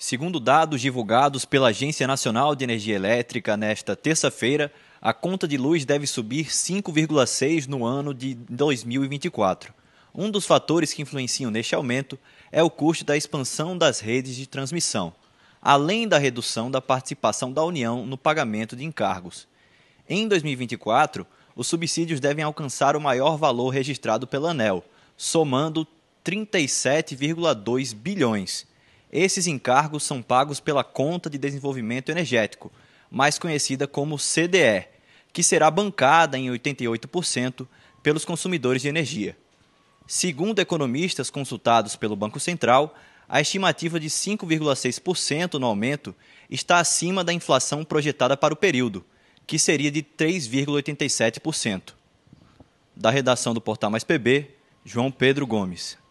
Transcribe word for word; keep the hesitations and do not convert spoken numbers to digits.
Segundo dados divulgados pela Agência Nacional de Energia Elétrica nesta terça-feira, a conta de luz deve subir cinco vírgula seis por cento no ano de dois mil e vinte e quatro. Um dos fatores que influenciam neste aumento é o custo da expansão das redes de transmissão, além da redução da participação da União no pagamento de encargos. Em dois mil e vinte e quatro, os subsídios devem alcançar o maior valor registrado pela ANEEL, somando trinta e sete vírgula dois bilhões. Esses encargos são pagos pela Conta de Desenvolvimento Energético, mais conhecida como C D E, que será bancada em oitenta e oito por cento pelos consumidores de energia. Segundo economistas consultados pelo Banco Central, a estimativa de cinco vírgula seis por cento no aumento está acima da inflação projetada para o período, que seria de três vírgula oitenta e sete por cento. Da redação do Portal Mais P B, João Pedro Gomes.